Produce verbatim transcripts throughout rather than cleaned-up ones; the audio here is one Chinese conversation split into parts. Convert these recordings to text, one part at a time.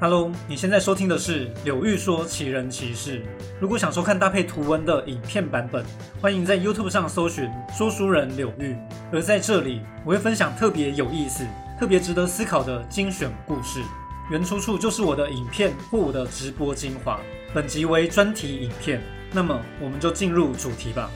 Hello， 你现在收听的是柳玉说奇人奇事。如果想收看搭配图文的影片版本，欢迎在 YouTube 上搜寻说书人柳玉。而在这里，我会分享特别有意思、特别值得思考的精选故事，原出处就是我的影片或我的直播精华。本集为专题影片，那么我们就进入主题吧。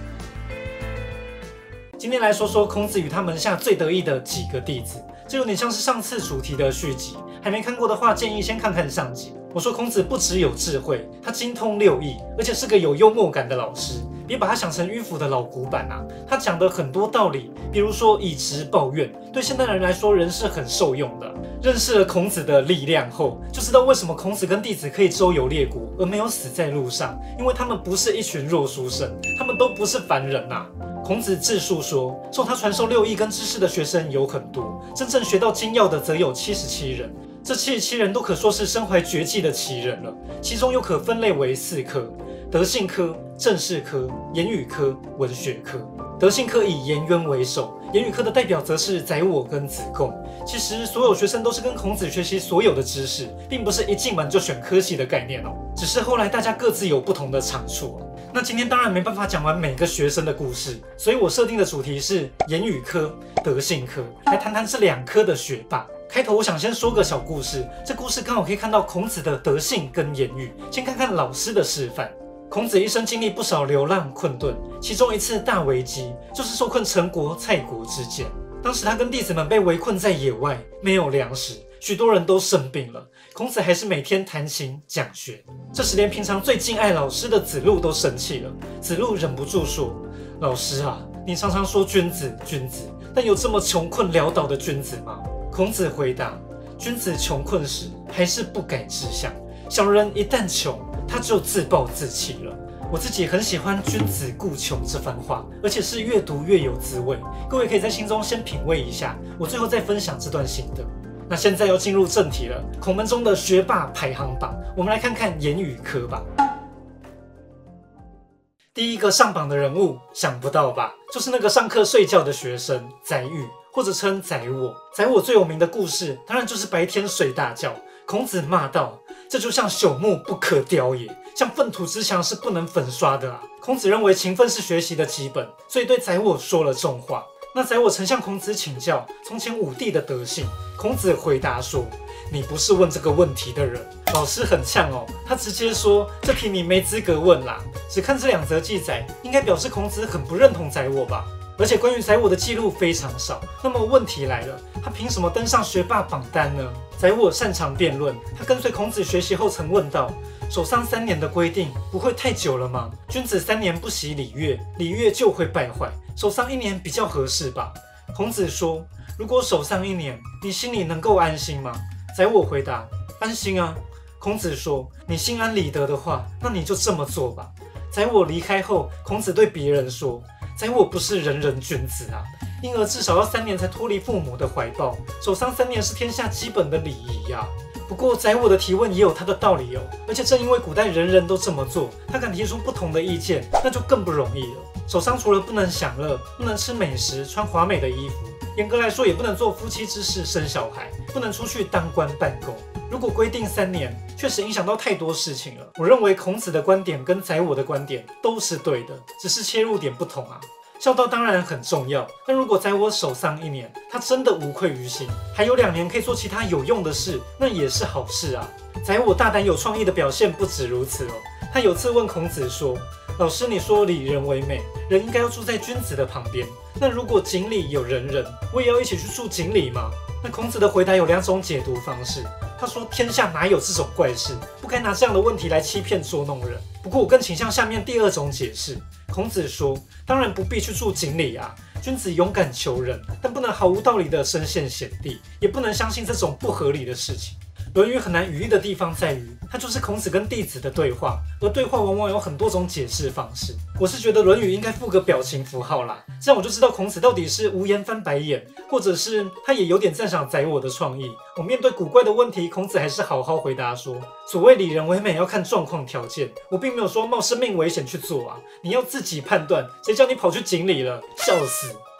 今天来说说孔子与他门下最得意的几个弟子，这有点像是上次主题的续集。还没看过的话，建议先看看上集。我说孔子不只有智慧，他精通六艺，而且是个有幽默感的老师。别把他想成迂腐的老古板啊！他讲的很多道理，比如说以直报怨，对现代人来说仍是很受用的。认识了孔子的力量后，就知道为什么孔子跟弟子可以周游列国，而没有死在路上，因为他们不是一群弱书生，他们都不是凡人啊。孔子自述说，受他传授六艺跟知识的学生有很多，真正学到精要的则有七十七人。这七十七人都可说是身怀绝技的奇人了，其中又可分类为四科：德性科、政事科、言语科、文学科。德性科以颜渊为首，言语科的代表则是宰我跟子贡。其实所有学生都是跟孔子学习所有的知识，并不是一进门就选科系的概念哦，只是后来大家各自有不同的长处。那今天当然没办法讲完每个学生的故事，所以我设定的主题是言语科、德性科，来谈谈这两科的学霸。开头我想先说个小故事，这故事刚好可以看到孔子的德性跟言语。先看看老师的示范。孔子一生经历不少流浪困顿，其中一次大危机就是受困陈国、蔡国之间。当时他跟弟子们被围困在野外，没有粮食，许多人都生病了。孔子还是每天弹琴讲学。这时连平常最敬爱老师的子路都生气了。子路忍不住说：“老师啊，你常常说君子君子，但有这么穷困潦倒的君子吗？”孔子回答：“君子穷困时还是不改志向，小人一旦穷，他就自暴自弃了。”我自己很喜欢“君子固穷”这番话，而且是越读越有滋味。各位可以在心中先品味一下，我最后再分享这段心得。那现在要进入正题了，孔门中的学霸排行榜，我们来看看言语科吧。第一个上榜的人物，想不到吧？就是那个上课睡觉的学生宰予，或者称宰我。宰我最有名的故事，当然就是白天睡大觉。孔子骂道：“这就像朽木不可雕也，像粪土之墙是不能粉刷的啊！”孔子认为勤奋是学习的基本，所以对宰我说了重话。那宰我曾向孔子请教从前武帝的德性，孔子回答说：“你不是问这个问题的人。”老师很呛哦，他直接说：“这题你没资格问啦。”只看这两则记载，应该表示孔子很不认同宰我吧？而且关于宰我的记录非常少。那么问题来了，他凭什么登上学霸榜单呢？宰我擅长辩论，他跟随孔子学习后曾问道：“守丧三年的规定不会太久了吗？君子三年不习礼乐，礼乐就会败坏，守丧一年比较合适吧？”孔子说：“如果守丧一年，你心里能够安心吗？”宰我回答：“安心啊。”孔子说：“你心安理得的话，那你就这么做吧。”宰我离开后，孔子对别人说：“宰我不是人人君子啊，婴儿至少要三年才脱离父母的怀抱，守丧三年是天下基本的礼仪呀。”不过宰我的提问也有他的道理哦，而且正因为古代人人都这么做，他敢提出不同的意见，那就更不容易了。守丧除了不能享乐，不能吃美食，穿华美的衣服，严格来说也不能做夫妻之事，生小孩，不能出去当官办公。如果规定三年，确实影响到太多事情了。我认为孔子的观点跟宰我的观点都是对的，只是切入点不同啊。孝道当然很重要，但如果宰我守丧一年，他真的无愧于心，还有两年可以做其他有用的事，那也是好事啊。宰我大胆有创意的表现不止如此哦。他有次问孔子说：“老师，你说礼人为美，人应该要住在君子的旁边，那如果井里有人人，我也要一起去住井里吗？”那孔子的回答有两种解读方式。他说：“天下哪有这种怪事，不该拿这样的问题来欺骗捉弄人。”不过我更倾向下面第二种解释。孔子说：“当然不必去住井里啊，君子勇敢求人，但不能毫无道理的身陷险地，也不能相信这种不合理的事情。”《论语》很难语义的地方在于，它就是孔子跟弟子的对话，而对话往往有很多种解释方式。我是觉得《论语》应该附个表情符号啦，这样我就知道孔子到底是无言翻白眼，或者是他也有点赞赏宰我的创意。我面对古怪的问题，孔子还是好好回答说：“所谓礼人为美，要看状况条件，我并没有说冒生命危险去做啊，你要自己判断，谁叫你跑去井里了？笑死！”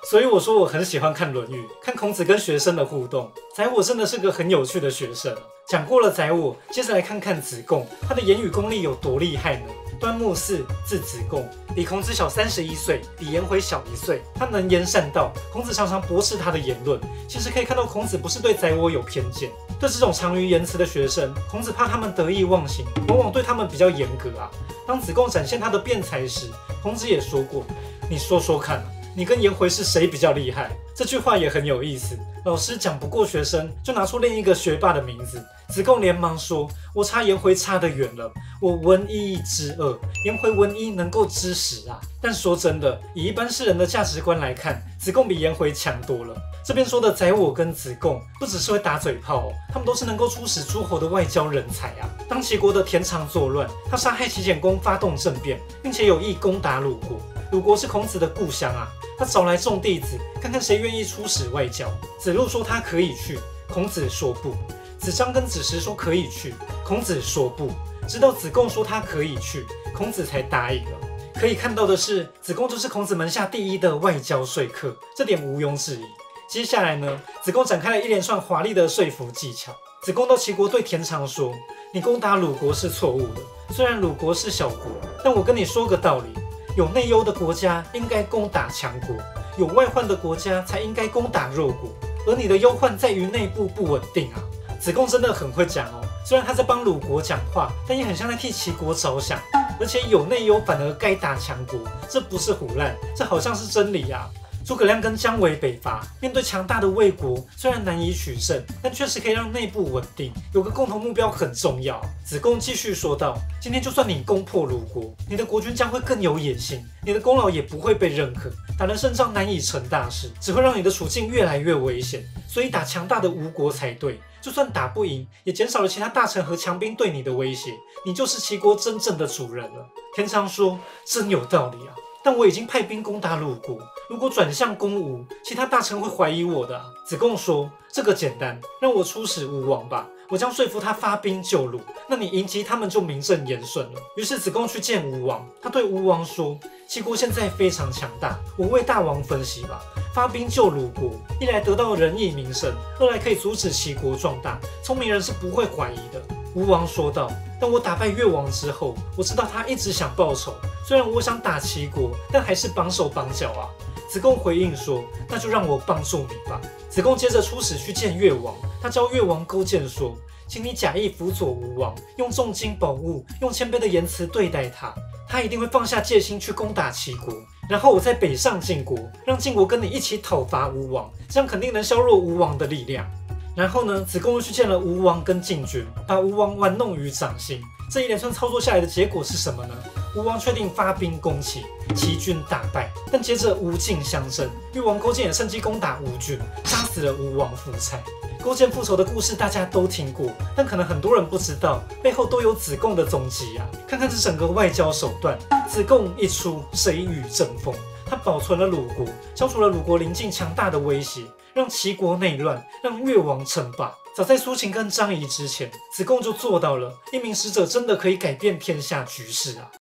所以我说我很喜欢看《论语》，看孔子跟学生的互动。宰我真的是个很有趣的学生。讲过了宰我，接着来看看子贡，他的言语功力有多厉害呢？端木嗣，字子贡，比孔子小三十一岁，比颜回小一岁。他能言善道，孔子常常驳斥他的言论。其实可以看到，孔子不是对宰我有偏见，对这种长于言辞的学生，孔子怕他们得意忘形，往往对他们比较严格啊。当子贡展现他的辩才时，孔子也说过：“你说说看啊，你跟颜回是谁比较厉害？”这句话也很有意思。老师讲不过学生，就拿出另一个学霸的名字。子贡连忙说：“我差颜回差得远了，我闻一知二，颜回闻一能够知十啊。”但说真的，以一般世人的价值观来看，子贡比颜回强多了。这边说的宰我跟子贡，不只是会打嘴炮哦，他们都是能够出使诸侯的外交人才啊。当齐国的田常作乱，他杀害齐简公，发动政变，并且有意攻打鲁国。鲁国是孔子的故乡啊，他找来众弟子，看看谁愿意出使外交。子路说他可以去，孔子说不。子张跟子时说可以去，孔子说不。直到子贡说他可以去，孔子才答应了。可以看到的是，子贡就是孔子门下第一的外交说客，这点毋庸置疑。接下来呢，子贡展开了一连串华丽的说服技巧。子贡到齐国对田常说：“你攻打鲁国是错误的，虽然鲁国是小国，但我跟你说个道理，有内忧的国家应该攻打强国，有外患的国家才应该攻打弱国，而你的忧患在于内部不稳定啊。”子贡真的很会讲哦，虽然他在帮鲁国讲话，但也很像在替齐国着想。而且有内忧反而该打强国，这不是唬烂，这好像是真理啊。诸葛亮跟姜维北伐，面对强大的魏国，虽然难以取胜，但确实可以让内部稳定，有个共同目标很重要。子贡继续说道：“今天就算你攻破鲁国，你的国君将会更有野心，你的功劳也不会被认可，打了胜仗难以成大事，只会让你的处境越来越危险。所以打强大的吴国才对。就算打不赢，也减少了其他大臣和强兵对你的威胁，你就是齐国真正的主人了。”田常说：“真有道理啊。但我已经派兵攻打鲁国，如果转向攻吴，其他大臣会怀疑我的啊。”子贡说：“这个简单，让我出使吴王吧，我将说服他发兵救鲁，那你迎击他们就名正言顺了。”于是子贡去见吴王，他对吴王说：“齐国现在非常强大，我为大王分析吧。发兵救鲁国，一来得到仁义名声，二来可以阻止齐国壮大，聪明人是不会怀疑的。”吴王说道：“但我打败越王之后，我知道他一直想报仇，虽然我想打齐国，但还是绑手绑脚啊。”子贡回应说：“那就让我帮助你吧。”子贡接着出使去见越王，他教越王勾践说：“请你假意辅佐吴王，用重金宝物，用谦卑的言辞对待他，他一定会放下戒心去攻打齐国。然后我再北上晋国，让晋国跟你一起讨伐吴王，这样肯定能削弱吴王的力量。”然后呢，子贡又去见了吴王跟晋军，把吴王玩弄于掌心。这一连串操作下来的结果是什么呢？吴王确定发兵攻齐，齐军大败。但接着吴晋相争，越王勾践也趁机攻打吴军，杀死了吴王夫差。勾践复仇的故事大家都听过，但可能很多人不知道，背后都有子贡的踪迹啊！看看这整个外交手段，子贡一出，谁与争锋？他保存了鲁国，消除了鲁国邻近强大的威胁，让齐国内乱，让越王称霸。早在苏秦跟张仪之前，子贡就做到了。一名使者真的可以改变天下局势啊！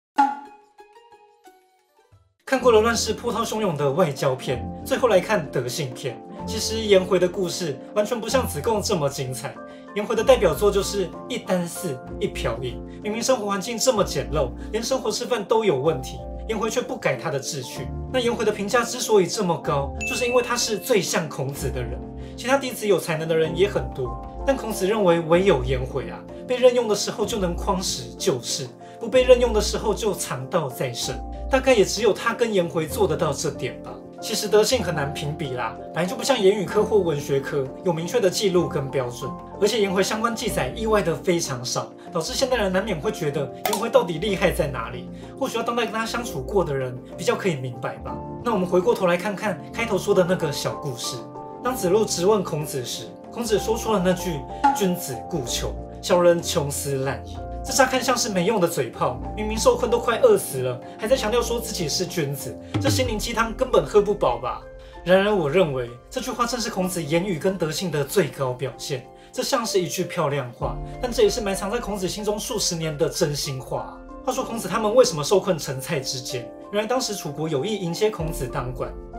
看过了乱世波涛汹涌的外交片，最后来看德性片。其实颜回的故事完全不像子贡这么精彩。颜回的代表作就是一箪食，一瓢饮。明明生活环境这么简陋，连生活吃饭都有问题，颜回却不改他的志趣。那颜回的评价之所以这么高，就是因为他是最像孔子的人。其他弟子有才能的人也很多，但孔子认为唯有颜回啊，被任用的时候就能匡时救世，不被任用的时候就藏道在身。大概也只有他跟颜回做得到这点吧。其实德性很难评比啦，本来就不像言语科或文学科有明确的记录跟标准，而且颜回相关记载意外的非常少，导致现代人难免会觉得颜回到底厉害在哪里？或许要当代跟他相处过的人比较可以明白吧。那我们回过头来看看开头说的那个小故事。当子路质问孔子时，孔子说出了那句“君子固穷，小人穷斯滥矣”。这乍看像是没用的嘴炮，明明受困都快饿死了，还在强调说自己是君子，这心灵鸡汤根本喝不饱吧？然而我认为这句话正是孔子言语跟德性的最高表现。这像是一句漂亮话，但这也是埋藏在孔子心中数十年的真心话。话说孔子他们为什么受困陈蔡之间？原来当时楚国有意迎接孔子当官，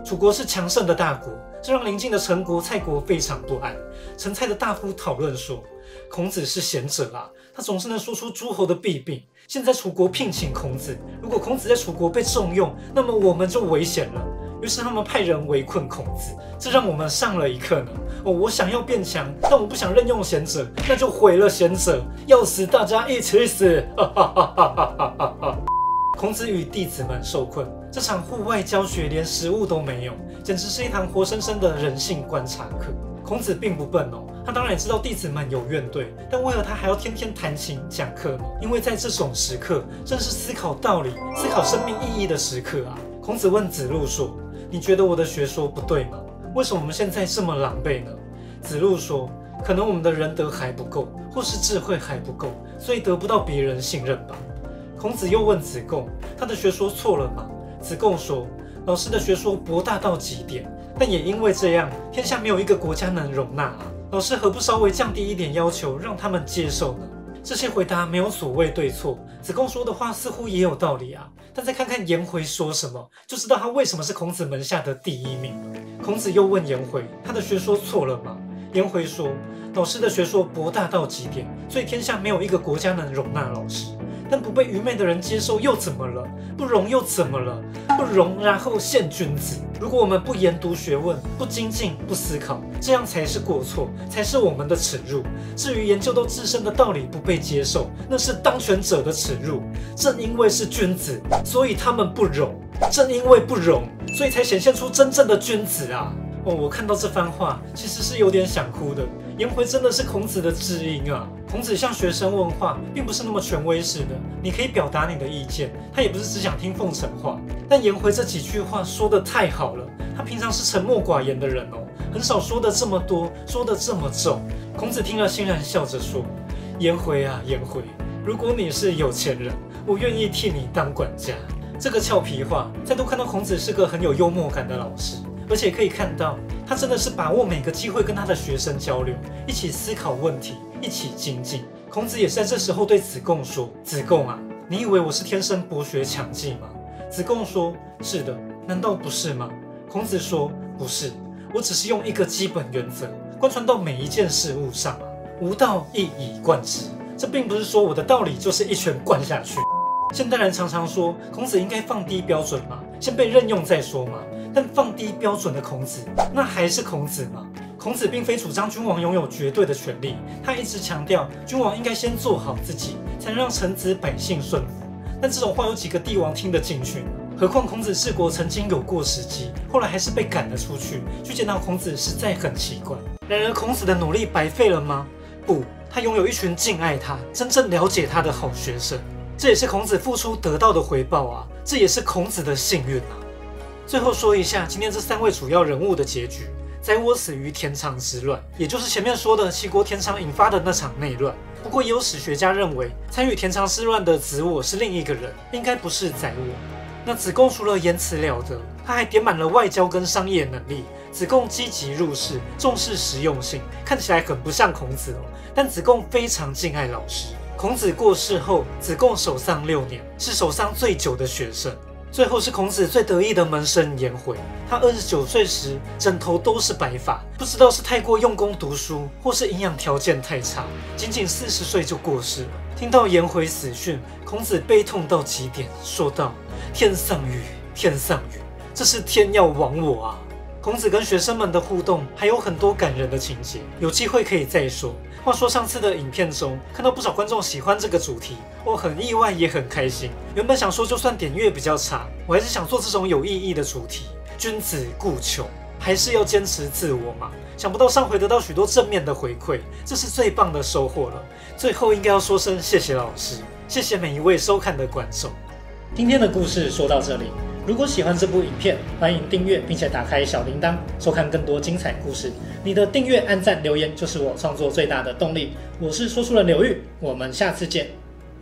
楚国是强盛的大国，这让邻近的陈国、蔡国非常不安。陈蔡的大夫讨论说，孔子是贤者啊，他总是能说出诸侯的弊病。现在楚国聘请孔子，如果孔子在楚国被重用，那么我们就危险了。于是他们派人围困孔子，这让我们上了一课呢。哦，我想要变强，但我不想任用贤者，那就毁了贤者，要死大家一起死！哈哈哈哈哈哈哈！孔子与弟子们受困，这场户外教学连食物都没有，简直是一堂活生生的人性观察课。孔子并不笨哦，他当然也知道弟子们有怨怼，但为何他还要天天弹琴讲课呢？因为在这种时刻，正是思考道理、思考生命意义的时刻啊。孔子问子路说：“你觉得我的学说不对吗？为什么我们现在这么狼狈呢？”子路说：“可能我们的仁德还不够，或是智慧还不够，所以得不到别人信任吧。”孔子又问子贡：“他的学说错了吗？”子贡说：“老师的学说博大到极点，但也因为这样，天下没有一个国家能容纳啊。老师何不稍微降低一点要求，让他们接受呢？”这些回答没有所谓对错，子贡说的话似乎也有道理啊。但再看看颜回说什么，就知道他为什么是孔子门下的第一名了。孔子又问颜回：“他的学说错了吗？”颜回说：“老师的学说博大到极点，所以天下没有一个国家能容纳老师。但不被愚昧的人接受又怎么了？不容又怎么了？不容然后现君子。如果我们不研读学问，不精进，不思考，这样才是过错，才是我们的耻辱。至于研究到自身的道理不被接受，那是当权者的耻辱。正因为是君子，所以他们不容；正因为不容，所以才显现出真正的君子啊！”哦，我看到这番话，其实是有点想哭的。颜回真的是孔子的知音啊！孔子向学生问话，并不是那么权威式的，你可以表达你的意见，他也不是只想听奉承话。但颜回这几句话说得太好了，他平常是沉默寡言的人哦，很少说的这么多，说的这么重。孔子听了欣然笑着说：“颜回啊，颜回，如果你是有钱人，我愿意替你当管家。”这个俏皮话，再度看到孔子是个很有幽默感的老师。而且可以看到，他真的是把握每个机会跟他的学生交流，一起思考问题，一起精进。孔子也是在这时候对子贡说：“子贡啊，你以为我是天生博学强记吗？”子贡说：“是的，难道不是吗？”孔子说：“不是，我只是用一个基本原则贯穿到每一件事物上啊，吾道一以贯之。这并不是说我的道理就是一拳灌下去。”现代人常常说孔子应该放低标准嘛，先被任用再说嘛。但放低标准的孔子，那还是孔子吗？孔子并非主张君王拥有绝对的权利，他一直强调君王应该先做好自己，才能让臣子百姓顺服。但这种话有几个帝王听得进去呢？何况孔子治国曾经有过时机，后来还是被赶了出去。去见到孔子实在很奇怪。然而孔子的努力白费了吗？不，他拥有一群敬爱他、真正了解他的好学生。这也是孔子付出得到的回报啊！这也是孔子的幸运啊！最后说一下今天这三位主要人物的结局。宰我死于田常之乱，也就是前面说的齐国田常引发的那场内乱。不过也有史学家认为，参与田常之乱的子我是另一个人，应该不是宰我。那子贡除了言辞了得，他还点满了外交跟商业能力。子贡积极入世，重视实用性，看起来很不像孔子哦。但子贡非常敬爱老师。孔子过世后，子贡守丧六年，是守丧最久的学生。最后是孔子最得意的门生颜回，他二十九岁时枕头都是白发，不知道是太过用功读书，或是营养条件太差，仅仅四十岁就过世了。听到颜回死讯，孔子悲痛到极点，说道：“天丧予，天丧予，这是天要亡我啊！”孔子跟学生们的互动还有很多感人的情节，有机会可以再说。话说上次的影片中，看到不少观众喜欢这个主题，我很意外也很开心。原本想说，就算点阅比较差，我还是想做这种有意义的主题。君子固穷，还是要坚持自我嘛。想不到上回得到许多正面的回馈，这是最棒的收获了。最后应该要说声谢谢老师，谢谢每一位收看的观众。今天的故事说到这里。如果喜欢这部影片，欢迎订阅并且打开小铃铛，收看更多精彩故事。你的订阅、按赞、留言就是我创作最大的动力。我是说书人刘玉，我们下次见。